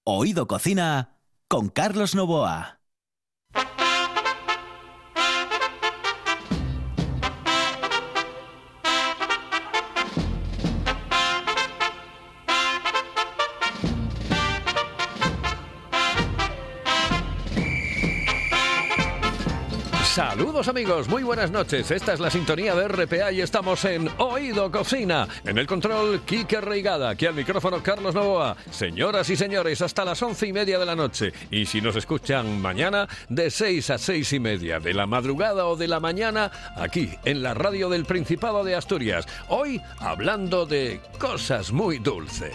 Oído Cocina con Carlos Novoa. Saludos amigos, muy buenas noches. Esta es la sintonía de RPA y estamos en Oído Cocina. En el control, Quique Reigada. Aquí al micrófono, Carlos Novoa. Señoras y señores, hasta las 11:30 de la noche. Y si nos escuchan mañana, de 6 a 6:30 de la madrugada o de la mañana, aquí en la radio del Principado de Asturias. Hoy hablando de cosas muy dulces.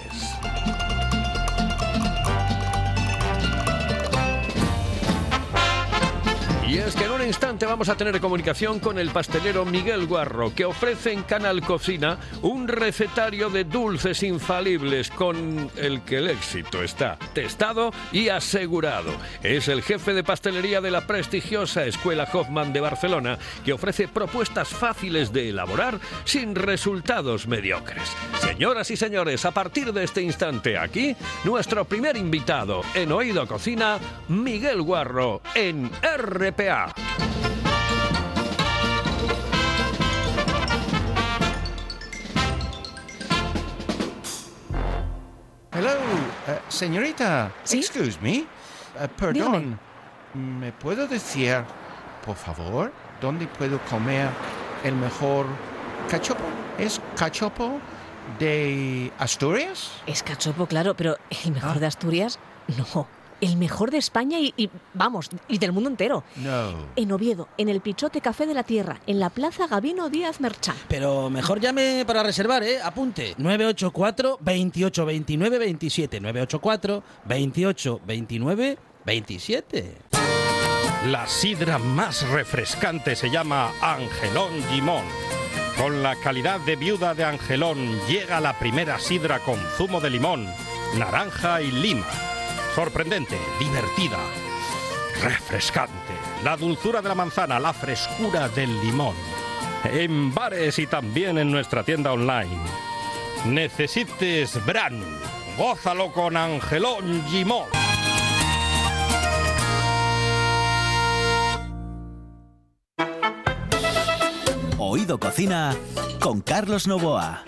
Y es que en un instante vamos a tener comunicación con el pastelero Miguel Guarro, que ofrece en Canal Cocina un recetario de dulces infalibles con el que el éxito está testado y asegurado. Es el jefe de pastelería de la prestigiosa Escuela Hoffman de Barcelona, que ofrece propuestas fáciles de elaborar sin resultados mediocres. Señoras y señores, a partir de este instante aquí, nuestro primer invitado en Oído Cocina, Miguel Guarro, en RPA. Hello, señorita. ¿Sí? Excuse me. Perdón. Dígame. ¿Me puedo decir, por favor, dónde puedo comer el mejor cachopo? ¿Es cachopo de Asturias? Es cachopo, claro, pero el mejor de Asturias, no. El mejor de España y vamos, y del mundo entero. No. En Oviedo, en el Pichote Café de la Tierra, en la Plaza Gabino Díaz Merchán. Pero mejor llame para reservar, apunte. 984 28 29 27. 984 28 29 27. La sidra más refrescante se llama Angelón Gimón. Con la calidad de viuda de Angelón llega la primera sidra con zumo de limón, naranja y lima. Sorprendente, divertida, refrescante. La dulzura de la manzana, la frescura del limón. En bares y también en nuestra tienda online. Necesites Bran. Gózalo con Angelón Gimón. Oído Cocina con Carlos Novoa.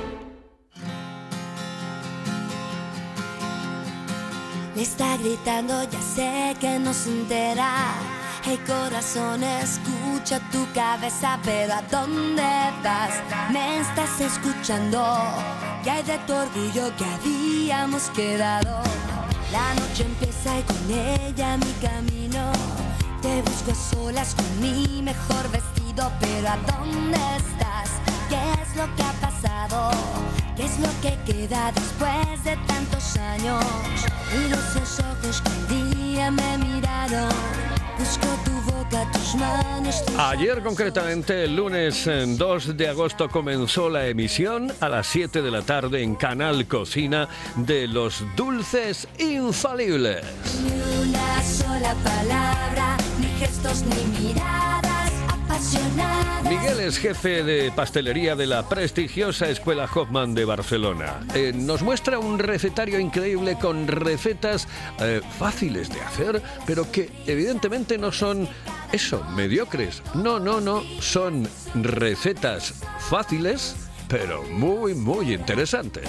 Me está gritando, ya sé que no se entera. Hey corazón, escucha tu cabeza, pero ¿a dónde vas? Me estás escuchando. ¿Qué hay de tu orgullo que habíamos quedado? La noche empieza y con ella mi camino. Te busco a solas con mi mejor vestido, pero ¿a dónde estás? ¿Qué es lo que ha pasado? ¿Qué es lo que queda después de tantos años? Miro esos ojos que un día me miraron. Busco tu boca, tus manos, tus Ayer ojos. concretamente, el lunes 2 de agosto, comenzó la emisión a las 7 de la tarde en Canal Cocina de los dulces infalibles. Ni una sola palabra, ni gestos, ni miradas apasionadas. Miguel es jefe de pastelería de la prestigiosa Escuela Hoffman de Barcelona. Nos muestra un recetario increíble con recetas fáciles de hacer, pero que evidentemente no son mediocres. No, son recetas fáciles, pero muy, muy interesantes.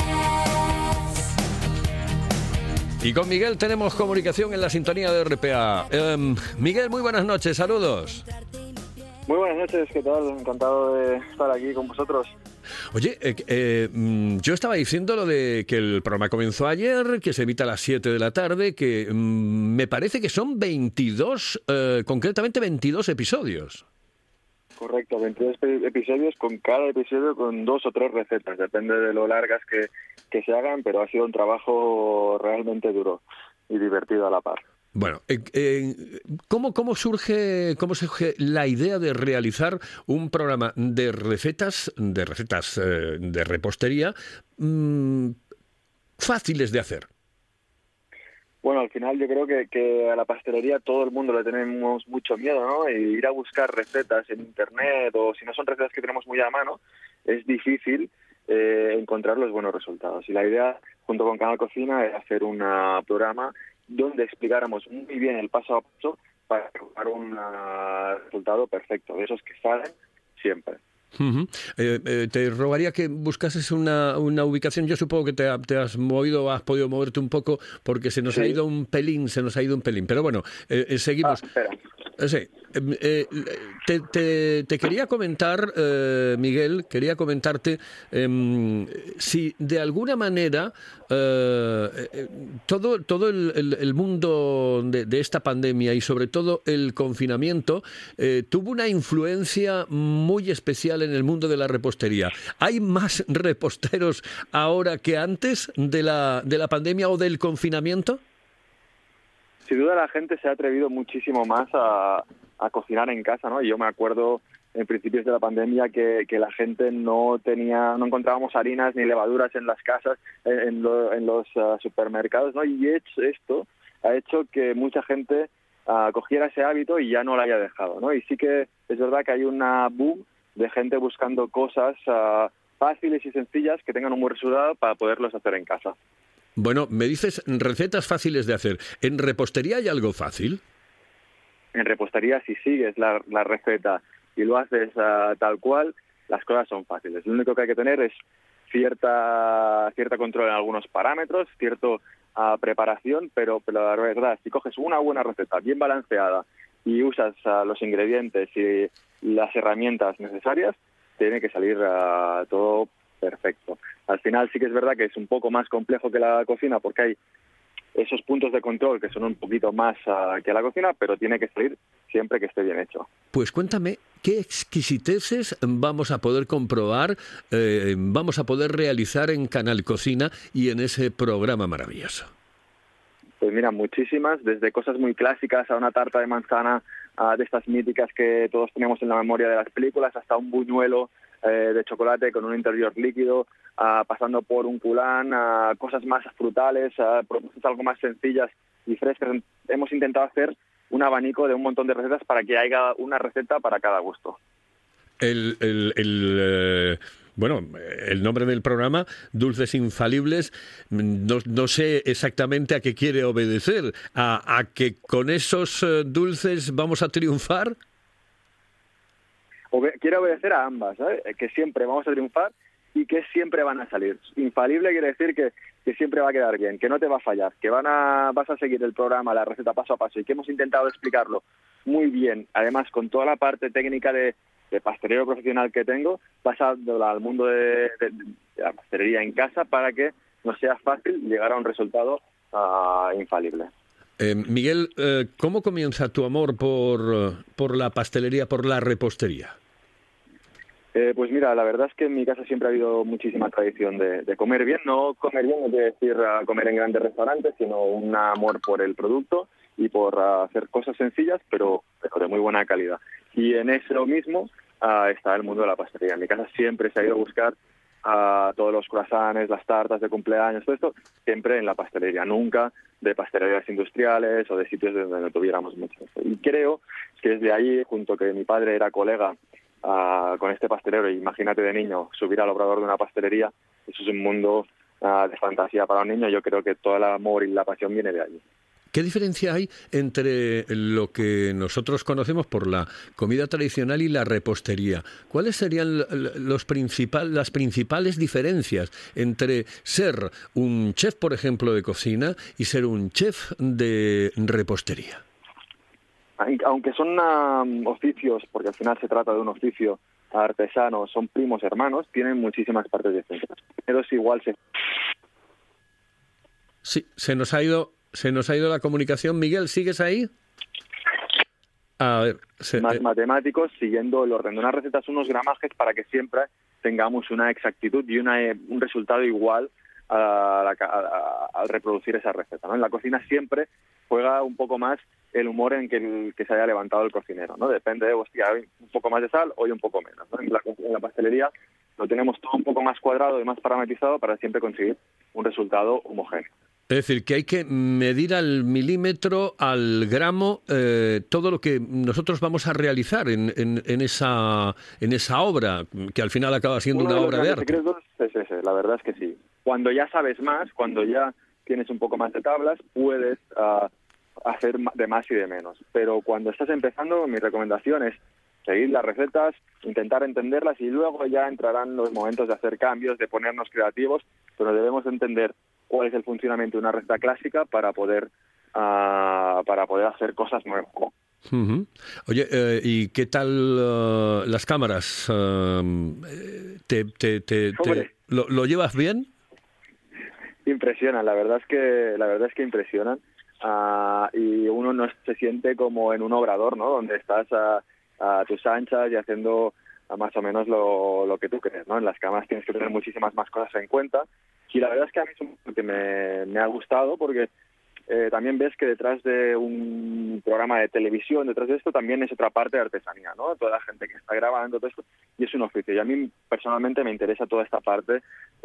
Y con Miguel tenemos comunicación en la sintonía de RPA. Miguel, muy buenas noches, saludos. Muy buenas noches, ¿qué tal? Encantado de estar aquí con vosotros. Oye, yo estaba diciendo lo de que el programa comenzó ayer, que se emite a las 7 de la tarde, que me parece que son 22, concretamente 22 episodios. Correcto, 22 episodios, con cada episodio con 2 o 3 recetas, depende de lo largas que se hagan, pero ha sido un trabajo realmente duro y divertido a la par. Bueno, ¿cómo surge la idea de realizar un programa de recetas de repostería fáciles de hacer? Bueno, al final yo creo que a la pastelería todo el mundo le tenemos mucho miedo, ¿no? Y ir a buscar recetas en internet, o si no son recetas que tenemos muy a mano, es difícil encontrar los buenos resultados. Y la idea junto con Canal Cocina, era hacer un programa donde explicáramos muy bien el paso a paso para lograr un resultado perfecto, de esos que salen siempre. Uh-huh. Te rogaría que buscases una ubicación. Yo supongo que te has movido, has podido moverte un poco, porque se nos ha ido un pelín. Pero bueno, seguimos. Sí. Te quería comentar, Miguel, quería comentarte si de alguna manera todo el mundo de esta pandemia y sobre todo el confinamiento tuvo una influencia muy especial en el mundo de la repostería. ¿Hay más reposteros ahora que antes de la pandemia o del confinamiento? Sin duda la gente se ha atrevido muchísimo más a cocinar en casa, ¿no? Yo me acuerdo en principios de la pandemia que la gente no encontrábamos harinas ni levaduras en las casas, en los supermercados, ¿no? Y esto ha hecho que mucha gente cogiera ese hábito y ya no lo haya dejado, ¿no? Y sí que es verdad que hay una boom de gente buscando cosas fáciles y sencillas que tengan un buen resultado para poderlos hacer en casa. Bueno, me dices recetas fáciles de hacer. ¿En repostería hay algo fácil? En repostería, si sigues la receta y lo haces tal cual, las cosas son fáciles. Lo único que hay que tener es cierta control en algunos parámetros, cierta preparación, pero la verdad, si coges una buena receta bien balanceada y usas los ingredientes y las herramientas necesarias, tiene que salir todo perfecto. Al final sí que es verdad que es un poco más complejo que la cocina porque hay esos puntos de control que son un poquito más que la cocina, pero tiene que salir siempre que esté bien hecho. Pues cuéntame, ¿qué exquisiteces vamos a poder comprobar, vamos a poder realizar en Canal Cocina y en ese programa maravilloso? Pues mira, muchísimas, desde cosas muy clásicas a una tarta de manzana, de estas míticas que todos tenemos en la memoria de las películas, hasta un buñuelo de chocolate con un interior líquido, pasando por un culán, cosas más frutales, propuestas algo más sencillas y frescas. Hemos intentado hacer un abanico de un montón de recetas para que haya una receta para cada gusto. Bueno, el nombre del programa, Dulces Infalibles, no sé exactamente a qué quiere obedecer. ¿A que con esos dulces vamos a triunfar? Quiere obedecer a ambas, ¿sabes? Que siempre vamos a triunfar y que siempre van a salir. Infalible quiere decir que siempre va a quedar bien, que no te va a fallar, que vas a seguir el programa, la receta paso a paso y que hemos intentado explicarlo muy bien, además con toda la parte técnica de pastelero profesional que tengo, pasando al mundo de la pastelería en casa para que nos sea fácil llegar a un resultado infalible. Miguel, ¿cómo comienza tu amor por la pastelería, por la repostería? Pues mira, la verdad es que en mi casa siempre ha habido muchísima tradición de comer bien. No comer bien no quiere decir comer en grandes restaurantes, sino un amor por el producto y por hacer cosas sencillas, pero de muy buena calidad. Y en eso mismo está el mundo de la pastelería. En mi casa siempre se ha ido a buscar todos los croissants, las tartas de cumpleaños, todo esto, siempre en la pastelería, nunca de pastelerías industriales o de sitios donde no tuviéramos mucho. Y creo que desde ahí, junto que mi padre era colega con este pastelero, imagínate de niño subir al obrador de una pastelería, eso es un mundo de fantasía para un niño. Yo creo que todo el amor y la pasión viene de allí. ¿Qué diferencia hay entre lo que nosotros conocemos por la comida tradicional y la repostería? ¿Cuáles serían las principales diferencias entre ser un chef, por ejemplo, de cocina y ser un chef de repostería? Aunque son oficios, porque al final se trata de un oficio artesano, son primos hermanos, tienen muchísimas partes distintas. Pero es igual. Sí, se nos ha ido la comunicación. Miguel, ¿sigues ahí? A ver, matemáticos, siguiendo el orden de unas recetas, unos gramajes para que siempre tengamos una exactitud y un resultado igual al reproducir esa receta, ¿no? En la cocina siempre juega un poco más el humor en que se haya levantado el cocinero, ¿no? Depende de, hostia, hoy un poco más de sal, hoy un poco menos, ¿no? En la pastelería lo tenemos todo un poco más cuadrado y más parametrizado para siempre conseguir un resultado homogéneo. Es decir, que hay que medir al milímetro, al gramo, todo lo que nosotros vamos a realizar en esa obra, que al final acaba siendo una obra de arte. Secretos es ese, la verdad es que sí. Cuando ya sabes más, cuando ya tienes un poco más de tablas, puedes hacer de más y de menos. Pero cuando estás empezando, mi recomendación es seguir las recetas, intentar entenderlas y luego ya entrarán los momentos de hacer cambios, de ponernos creativos, pero debemos entender cuál es el funcionamiento de una receta clásica para poder hacer cosas nuevas. Uh-huh. Oye, ¿y qué tal las cámaras? ¿Lo llevas bien? Impresionan, la verdad es que impresionan. Y uno no se siente como en un obrador, ¿no? Donde estás a tus anchas y haciendo más o menos lo que tú crees, ¿no? En las cámaras tienes que tener muchísimas más cosas en cuenta. Y la verdad es que a mí es un que me ha gustado porque también ves que detrás de un programa de televisión, detrás de esto también es otra parte de artesanía, ¿no? Toda la gente que está grabando todo esto, y es un oficio. Y a mí personalmente me interesa toda esta parte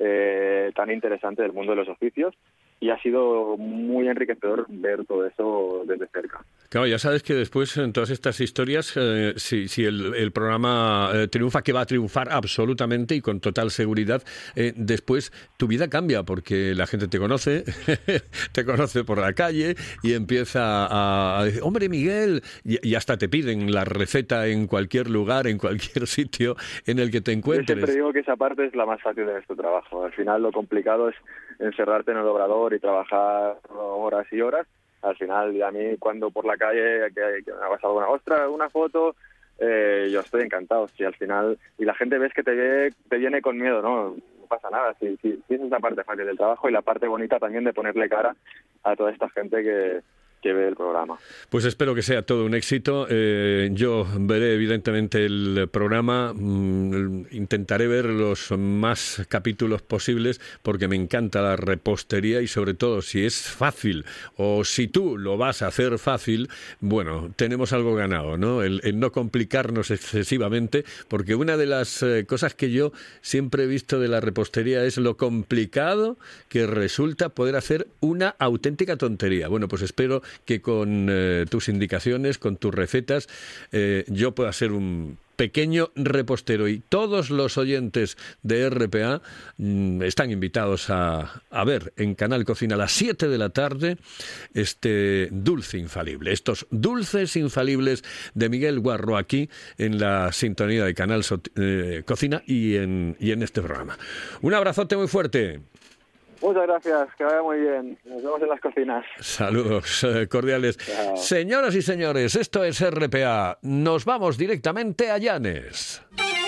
tan interesante del mundo de los oficios, y ha sido muy enriquecedor ver todo eso desde cerca. Claro, ya sabes que después en todas estas historias, si el programa triunfa, que va a triunfar absolutamente y con total seguridad, después tu vida cambia porque la gente te conoce, te conoce por la calle y empieza a decir, hombre Miguel, y hasta te piden la receta en cualquier lugar, en cualquier sitio en el que te encuentres. Yo siempre digo que esa parte es la más fácil de nuestro trabajo. Al final lo complicado es encerrarte en el obrador y trabajar horas y horas. Al final, y a mí cuando por la calle que me ha pasado una foto, yo estoy encantado. Si al final, y la gente ves que te viene con miedo, no pasa nada. Si esa es la parte fácil del trabajo y la parte bonita también de ponerle cara a toda esta gente que ve el programa. Pues espero que sea todo un éxito. Yo veré evidentemente el programa, intentaré ver los más capítulos posibles porque me encanta la repostería y sobre todo si es fácil o si tú lo vas a hacer fácil, bueno, tenemos algo ganado, ¿no? El no complicarnos excesivamente, porque una de las cosas que yo siempre he visto de la repostería es lo complicado que resulta poder hacer una auténtica tontería. Bueno, pues espero que con tus indicaciones, con tus recetas, yo pueda ser un pequeño repostero, y todos los oyentes de RPA están invitados a ver en Canal Cocina a las 7 de la tarde este dulce infalible, estos dulces infalibles de Miguel Guarro aquí en la sintonía de Canal Cocina y en este programa. Un abrazote muy fuerte. Muchas gracias, que vaya muy bien. Nos vemos en las cocinas. Saludos cordiales. Chao. Señoras y señores, esto es RPA. Nos vamos directamente a Llanes.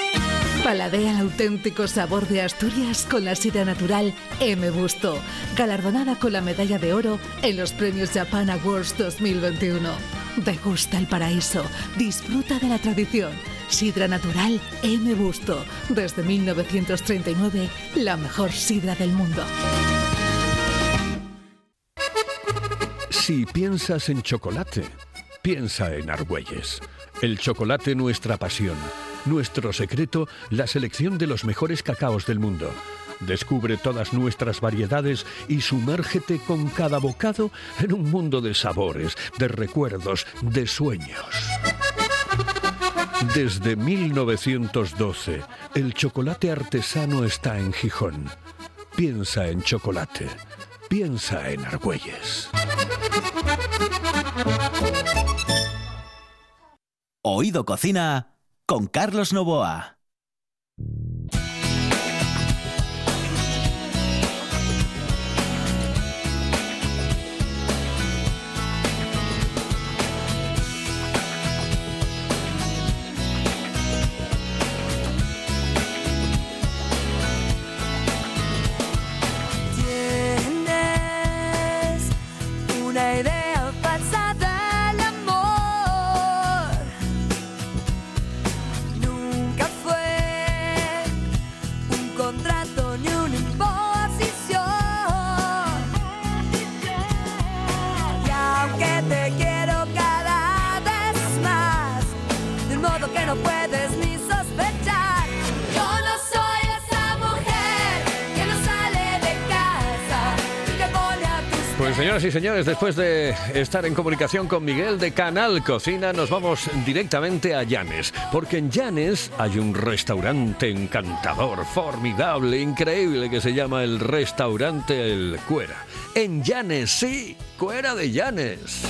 Paladea el auténtico sabor de Asturias con la sidra natural M. Busto, galardonada con la medalla de oro en los premios Japan Awards 2021. Degusta el paraíso, disfruta de la tradición. Sidra natural M. Busto, desde 1939, la mejor sidra del mundo. Si piensas en chocolate, piensa en Argüelles. El chocolate, nuestra pasión. Nuestro secreto, la selección de los mejores cacaos del mundo. Descubre todas nuestras variedades y sumérgete con cada bocado en un mundo de sabores, de recuerdos, de sueños. Desde 1912, el chocolate artesano está en Gijón. Piensa en chocolate. Piensa en Argüelles. Oído Cocina con Carlos Novoa. Tienes una idea falsa del amor. Nunca fue un contrato ni una imposición. Y aunque te quiero cada vez más, de un modo que no puedes ni sospechar, yo no soy esa mujer que no sale de casa y que pone a tus Pues Señoras y señores, después de estar en comunicación con Miguel de Canal Cocina, nos vamos directamente a Llanes, porque en Llanes hay un restaurante encantador, formidable, increíble, que se llama el restaurante El Cuera. En Llanes, sí, Cuera de Llanes.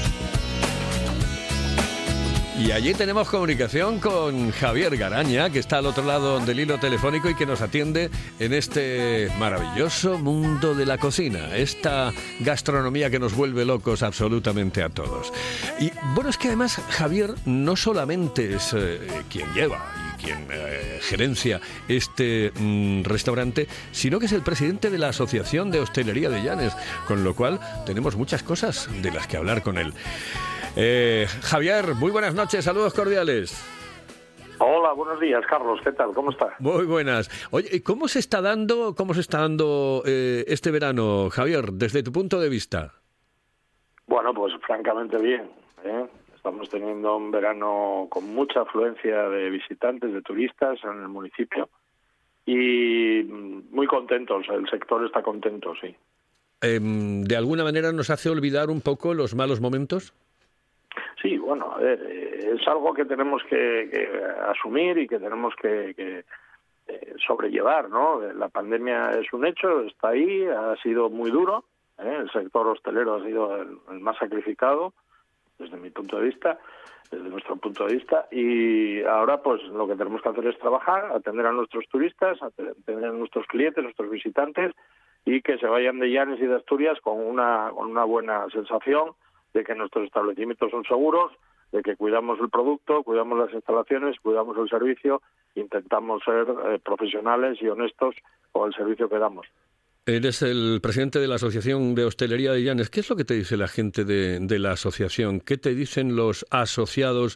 Y allí tenemos comunicación con Javier Garaña, que está al otro lado del hilo telefónico y que nos atiende en este maravilloso mundo de la cocina, esta gastronomía que nos vuelve locos absolutamente a todos. Y bueno, es que además Javier no solamente es quien lleva y quien gerencia este restaurante, sino que es el presidente de la Asociación de Hostelería de Llanes, con lo cual tenemos muchas cosas de las que hablar con él. Javier, muy buenas noches, saludos cordiales. Hola, buenos días, Carlos, ¿qué tal? ¿Cómo está? Muy buenas. Oye, ¿cómo se está dando este verano, Javier, desde tu punto de vista? Bueno, pues francamente bien, ¿eh? Estamos teniendo un verano con mucha afluencia de visitantes, de turistas en el municipio y muy contentos, el sector está contento, sí. ¿De alguna manera nos hace olvidar un poco los malos momentos? Sí, bueno, a ver, es algo que tenemos que asumir y que tenemos que sobrellevar, ¿no? La pandemia es un hecho, está ahí, ha sido muy duro, el sector hostelero ha sido el más sacrificado, desde mi punto de vista, desde nuestro punto de vista, y ahora pues lo que tenemos que hacer es trabajar, atender a nuestros turistas, atender a nuestros clientes, nuestros visitantes, y que se vayan de Llanes y de Asturias con una buena sensación de que nuestros establecimientos son seguros, de que cuidamos el producto, cuidamos las instalaciones, cuidamos el servicio, intentamos ser profesionales y honestos con el servicio que damos. Eres el presidente de la Asociación de Hostelería de Llanes. ¿Qué es lo que te dice la gente de la asociación? ¿Qué te dicen los asociados?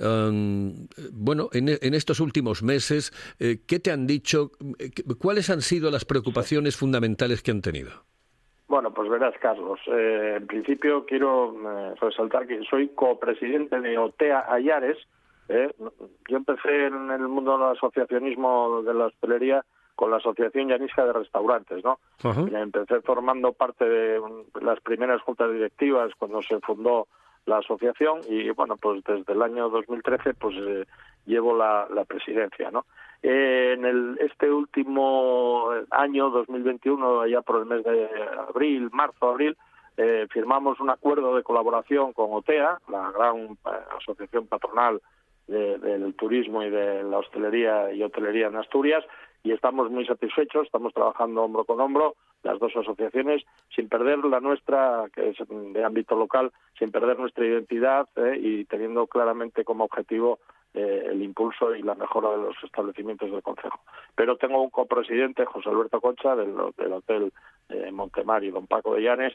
Bueno, en estos últimos meses, ¿qué te han dicho? ¿Cuáles han sido las preocupaciones fundamentales que han tenido? Bueno, pues verás, Carlos, en principio quiero resaltar que soy copresidente de OTEA Ayares. Yo empecé en el mundo del asociacionismo de la hostelería con la Asociación Llanisca de Restaurantes, ¿no? Uh-huh. Empecé formando parte de las primeras juntas directivas cuando se fundó la asociación y, bueno, pues desde el año 2013 pues llevo la presidencia, ¿no? En este último año, 2021, allá por el mes de marzo-abril, firmamos un acuerdo de colaboración con OTEA, la gran asociación patronal del turismo y de la hostelería y hotelería en Asturias, y estamos muy satisfechos, estamos trabajando hombro con hombro, las dos asociaciones, sin perder la nuestra, que es de ámbito local, sin perder nuestra identidad y teniendo claramente como objetivo el impulso y la mejora de los establecimientos del concejo. Pero tengo un copresidente, José Alberto Concha, del Hotel Montemar y Don Paco de Llanes,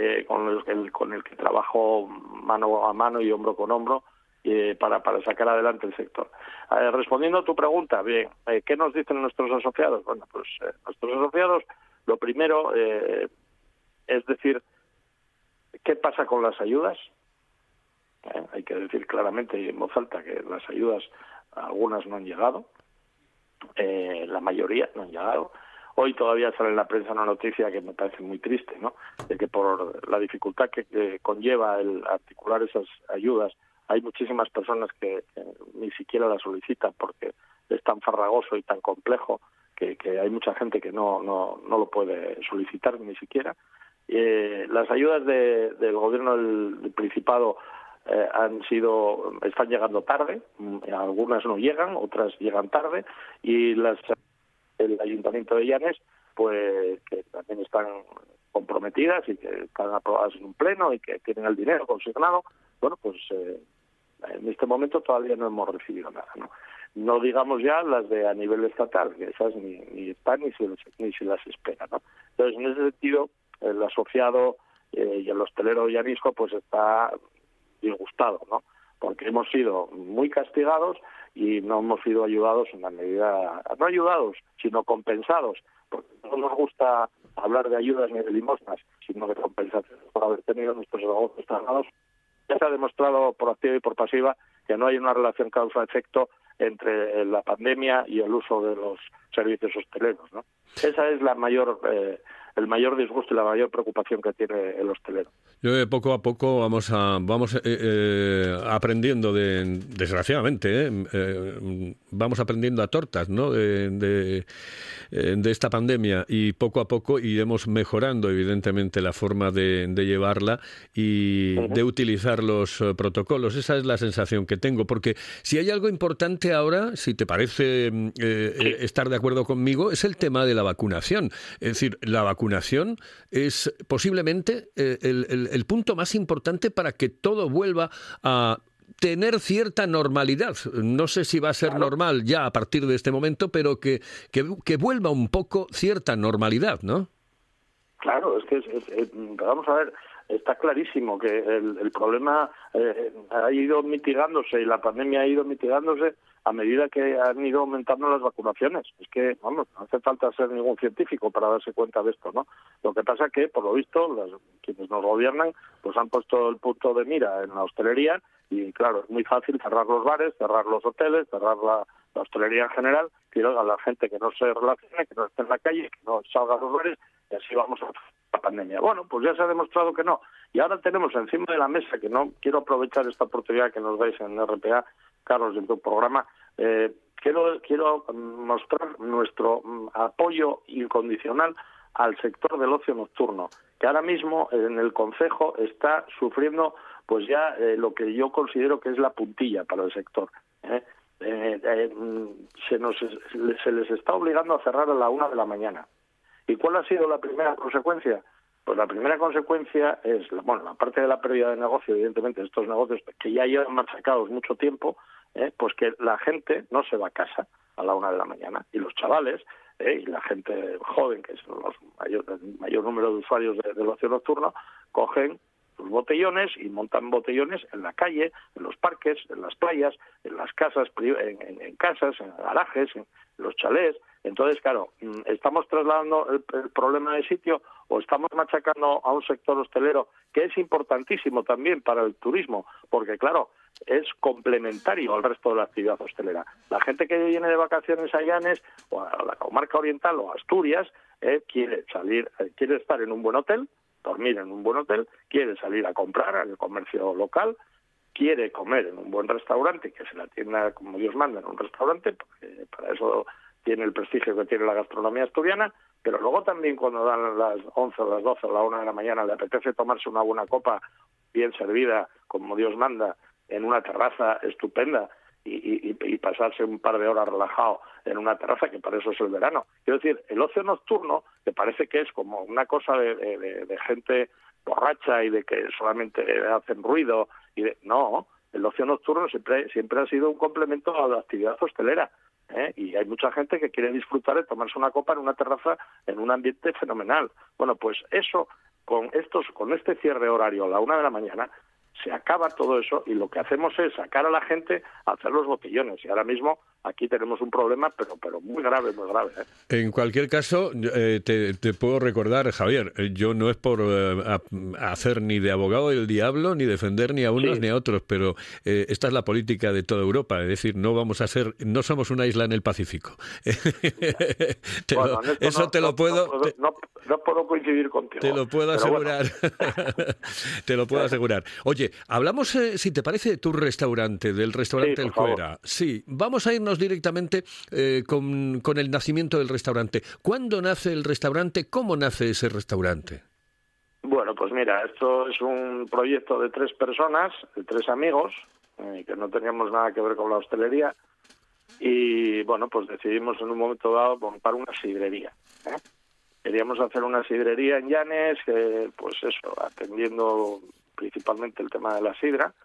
con el que trabajo mano a mano y hombro con hombro para sacar adelante el sector. Respondiendo a tu pregunta, bien, ¿qué nos dicen nuestros asociados? Bueno, pues nuestros asociados, lo primero es decir, ¿qué pasa con las ayudas? Hay que decir claramente y en voz alta que las ayudas, algunas no han llegado, la mayoría no han llegado. Hoy todavía sale en la prensa una noticia que me parece muy triste, ¿no? De que por la dificultad que conlleva el articular esas ayudas, hay muchísimas personas que ni siquiera las solicitan porque es tan farragoso y tan complejo que hay mucha gente que no lo puede solicitar ni siquiera. Las ayudas del gobierno del Principado están llegando tarde, algunas no llegan, otras llegan tarde, y el Ayuntamiento de Llanes, pues que también están comprometidas y que están aprobadas en un pleno y que tienen el dinero consignado. Bueno, pues en este momento todavía no hemos recibido nada, ¿no? No digamos ya las de a nivel estatal, que esas ni están ni se las espera, ¿no? Entonces, en ese sentido, el asociado y el hostelero llanisco pues está disgustado, ¿no? Porque hemos sido muy castigados y no hemos sido ayudados en la medida, no ayudados, sino compensados, porque no nos gusta hablar de ayudas ni de limosnas, sino de compensaciones por haber tenido nuestros negocios cerrados. Ya se ha demostrado por activa y por pasiva que no hay una relación causa-efecto entre la pandemia y el uso de los servicios hosteleros, ¿no? Esa es la mayor el mayor disgusto y la mayor preocupación que tiene el hostelero. Yo poco a poco vamos aprendiendo desgraciadamente, vamos aprendiendo a tortas, ¿no? de esta pandemia, y poco a poco iremos mejorando evidentemente la forma de llevarla y de utilizar los protocolos. Esa es la sensación que tengo, porque si hay algo importante ahora, si te parece estar de acuerdo conmigo, es el tema de la vacunación. Es decir, la vacunación es posiblemente el punto más importante para que todo vuelva a tener cierta normalidad. No sé si va a ser normal ya a partir de este momento, pero que vuelva un poco cierta normalidad, ¿no? Claro, es que vamos a ver, está clarísimo que el problema ha ido mitigándose y la pandemia ha ido mitigándose a medida que han ido aumentando las vacunaciones. Es que, vamos, no hace falta ser ningún científico para darse cuenta de esto, ¿no? Lo que pasa que, por lo visto, quienes nos gobiernan pues han puesto el punto de mira en la hostelería y, claro, es muy fácil cerrar los bares, cerrar los hoteles, cerrar la hostelería en general, que a la gente que no se relacione, que no esté en la calle, que no salga a los bares, y así vamos a la pandemia. Bueno, pues ya se ha demostrado que no. Y ahora tenemos encima de la mesa, que no quiero aprovechar esta oportunidad que nos dais en RPA, Carlos, en tu programa, quiero mostrar nuestro apoyo incondicional al sector del ocio nocturno, que ahora mismo en el concejo está sufriendo pues ya lo que yo considero que es la puntilla para el sector. Se les está obligando a cerrar a la 1 de la mañana. ¿Y cuál ha sido la primera consecuencia? Pues la primera consecuencia es, la parte de la pérdida de negocio, evidentemente, de estos negocios que ya llevan machacados mucho tiempo, pues que la gente no se va a casa a la 1 de la mañana. Y los chavales y la gente joven, que es el mayor número de usuarios del ocio nocturno, cogen sus botellones y montan botellones en la calle, en los parques, en las playas, en las casas, en casas, en garajes, en los chalés. Entonces, claro, ¿estamos trasladando el problema de sitio o estamos machacando a un sector hostelero que es importantísimo también para el turismo? Porque, claro, es complementario al resto de la actividad hostelera. La gente que viene de vacaciones a Llanes o a la comarca oriental o a Asturias quiere estar en un buen hotel, dormir en un buen hotel, quiere salir a comprar al comercio local, quiere comer en un buen restaurante, que se la atienda como Dios manda en un restaurante, porque para eso tiene el prestigio que tiene la gastronomía asturiana, pero luego también cuando dan las 11 o las 12 o la 1 de la mañana le apetece tomarse una buena copa bien servida, como Dios manda, en una terraza estupenda y pasarse un par de horas relajado en una terraza, que para eso es el verano. Quiero decir, el ocio nocturno, que parece que es como una cosa de gente borracha y de que solamente hacen ruido, no, el ocio nocturno siempre ha sido un complemento a la actividad hostelera. Y hay mucha gente que quiere disfrutar de tomarse una copa en una terraza en un ambiente fenomenal. Bueno, pues eso, con este cierre horario a la 1 de la mañana, se acaba todo eso y lo que hacemos es sacar a la gente a hacer los botellones. Y ahora mismo aquí tenemos un problema, pero muy grave, muy grave. En cualquier caso, te puedo recordar, Javier, yo no es por hacer ni de abogado del diablo, ni defender ni a unos ni a otros, pero esta es la política de toda Europa. Es decir, no somos una isla en el Pacífico. No puedo coincidir contigo. Te lo puedo asegurar. Bueno. Te lo puedo asegurar. Oye, hablamos, si te parece, de tu restaurante, del restaurante El Cuera. Sí, vamos a irnos directamente con el nacimiento del restaurante. ¿Cuándo nace el restaurante? ¿Cómo nace ese restaurante? Bueno, pues mira, esto es un proyecto de 3 personas, de 3 amigos, que no teníamos nada que ver con la hostelería, y bueno, pues decidimos en un momento dado montar una sidrería. Queríamos hacer una sidrería en Llanes, pues eso, atendiendo principalmente el tema de la sidra,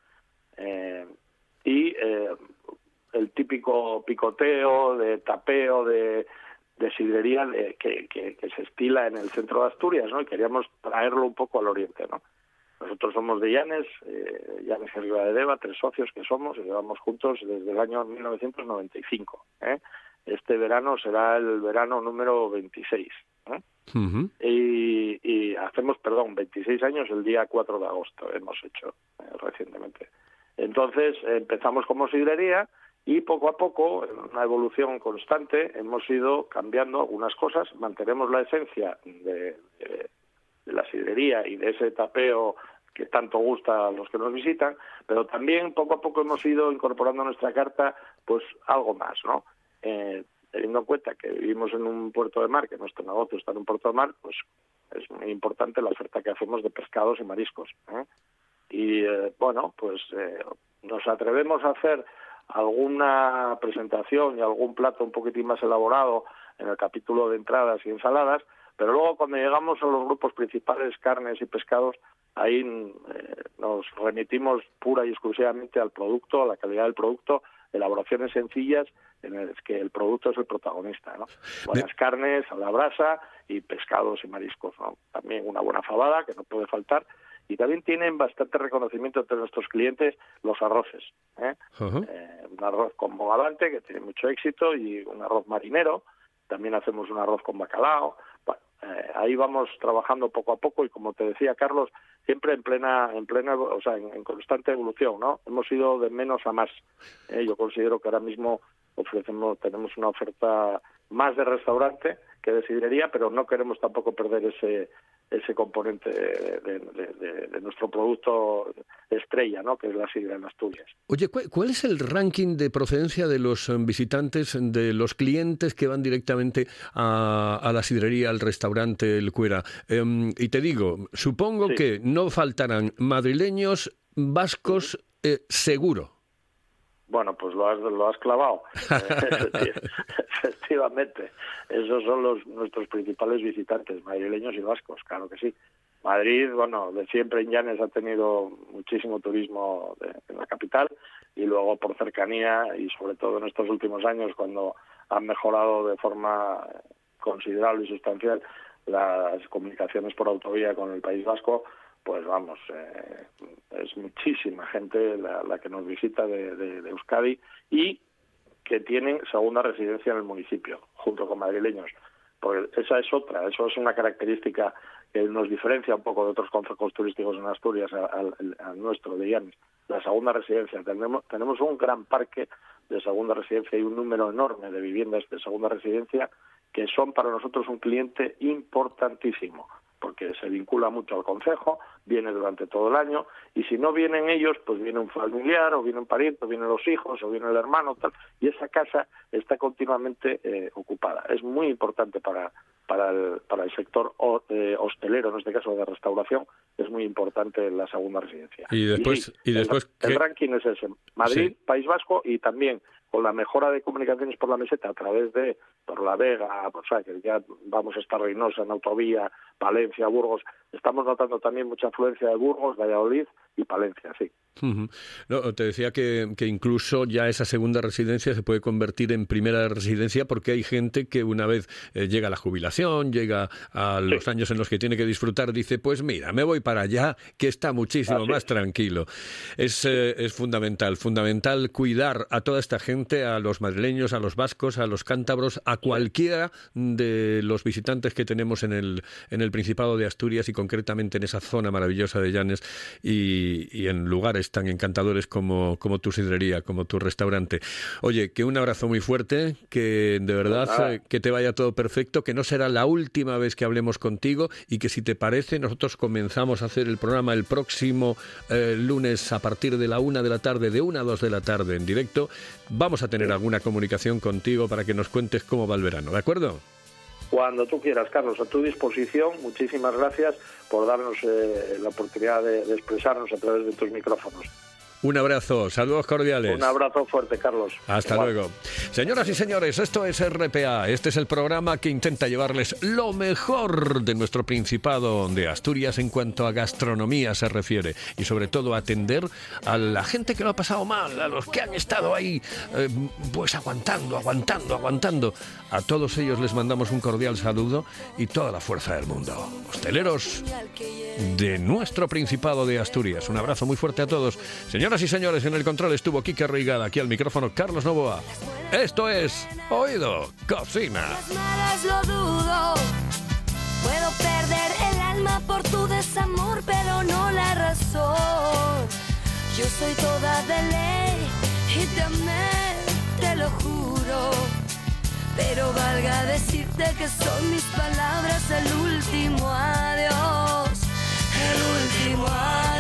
y el típico picoteo, de tapeo, de sidrería que se estila en el centro de Asturias, ¿no? Y queríamos traerlo un poco al oriente, ¿no? Nosotros somos de Llanes, Llanes y Ribadedeva, 3 socios que somos, y llevamos juntos desde el año 1995. Este verano será el verano número 26. Uh-huh. Y hacemos, 26 años el día 4 de agosto, hemos hecho recientemente. Entonces empezamos como sidrería Y poco a poco, en una evolución constante, hemos ido cambiando algunas cosas. Mantenemos la esencia de la sidrería y de ese tapeo que tanto gusta a los que nos visitan, pero también poco a poco hemos ido incorporando a nuestra carta pues algo más, ¿no? Teniendo en cuenta que vivimos en un puerto de mar, que nuestro negocio está en un puerto de mar, pues es muy importante la oferta que hacemos de pescados y mariscos, ¿eh? Y bueno, pues nos atrevemos a hacer alguna presentación y algún plato un poquitín más elaborado en el capítulo de entradas y ensaladas, pero luego cuando llegamos a los grupos principales, carnes y pescados, ahí nos remitimos pura y exclusivamente al producto, a la calidad del producto, elaboraciones sencillas en las que el producto es el protagonista, ¿no? Buenas carnes a la brasa y pescados y mariscos, ¿no? También una buena fabada que no puede faltar. Y también tienen bastante reconocimiento entre nuestros clientes los arroces, ¿eh? Un arroz con bogavante, que tiene mucho éxito, y un arroz marinero. También hacemos un arroz con bacalao. Bueno, ahí vamos trabajando poco a poco y, como te decía, Carlos, siempre en constante evolución, ¿no? Hemos ido de menos a más. Yo considero que ahora mismo tenemos una oferta más de restaurante que de sidrería, pero no queremos tampoco perder ese componente de nuestro producto estrella, ¿no? Que es la sidra en Asturias. Oye, ¿cuál es el ranking de procedencia de los visitantes, de los clientes que van directamente a la sidrería, al restaurante El Cuera? Y te digo, supongo que no faltarán madrileños, vascos, seguro. Bueno, pues lo has clavado. Efectivamente, esos son nuestros principales visitantes, madrileños y vascos, claro que sí. Madrid, bueno, de siempre en Llanes ha tenido muchísimo turismo en la capital, y luego por cercanía y sobre todo en estos últimos años, cuando han mejorado de forma considerable y sustancial las comunicaciones por autovía con el País Vasco, pues vamos, es muchísima gente la que nos visita de Euskadi y que tienen segunda residencia en el municipio, junto con madrileños. Porque esa es otra, eso es una característica que nos diferencia un poco de otros consejos turísticos en Asturias al nuestro, de Llanes. La segunda residencia. Tenemos un gran parque de segunda residencia y un número enorme de viviendas de segunda residencia que son para nosotros un cliente importantísimo, porque se vincula mucho al concejo, viene durante todo el año, y si no vienen ellos, pues viene un familiar, o viene un pariente, o vienen los hijos, o viene el hermano, tal, y esa casa está continuamente ocupada. Es muy importante para el sector hostelero, en este caso de restauración, es muy importante la segunda residencia. Y después el ranking es ese: Madrid, sí, País Vasco, y también con la mejora de comunicaciones por la meseta a través de Torlavega, o sea, que ya vamos a estar Reynosa en autovía, Palencia, Burgos. Estamos notando también mucha afluencia de Burgos, Valladolid y Palencia, sí. No, te decía que incluso ya esa segunda residencia se puede convertir en primera residencia, porque hay gente que una vez llega a la jubilación, llega a los años en los que tiene que disfrutar, dice, pues mira, me voy para allá, que está muchísimo más tranquilo. Es fundamental cuidar a toda esta gente, a los madrileños, a los vascos, a los cántabros, a cualquiera de los visitantes que tenemos en el Principado de Asturias, y concretamente en esa zona maravillosa de Llanes, y en lugares tan encantadores como tu sidrería, como tu restaurante. Oye, que un abrazo muy fuerte, que de verdad que te vaya todo perfecto, que no será la última vez que hablemos contigo, y que, si te parece, nosotros comenzamos a hacer el programa el próximo lunes a partir de la 1 de la tarde, de 1 a 2 de la tarde en directo. Vamos a tener alguna comunicación contigo para que nos cuentes cómo va el verano, ¿de acuerdo? Cuando tú quieras, Carlos, a tu disposición. Muchísimas gracias por darnos la oportunidad de expresarnos a través de tus micrófonos. Un abrazo, saludos cordiales. Un abrazo fuerte, Carlos. Hasta luego. Señoras y señores, esto es RPA. Este es el programa que intenta llevarles lo mejor de nuestro Principado de Asturias en cuanto a gastronomía se refiere, y sobre todo atender a la gente que lo ha pasado mal, a los que han estado ahí pues aguantando. A todos ellos les mandamos un cordial saludo y toda la fuerza del mundo. Hosteleros de nuestro Principado de Asturias, un abrazo muy fuerte a todos. Señoras y señores, en el control estuvo Quique Reigada, aquí al micrófono Carlos Novoa. Esto es Oído Cocina. Las malas lo dudo. Puedo perder el alma por tu desamor, pero no la razón. Yo soy toda de ley y de amor. pero valga decirte que son mis palabras el último adiós, el último adiós.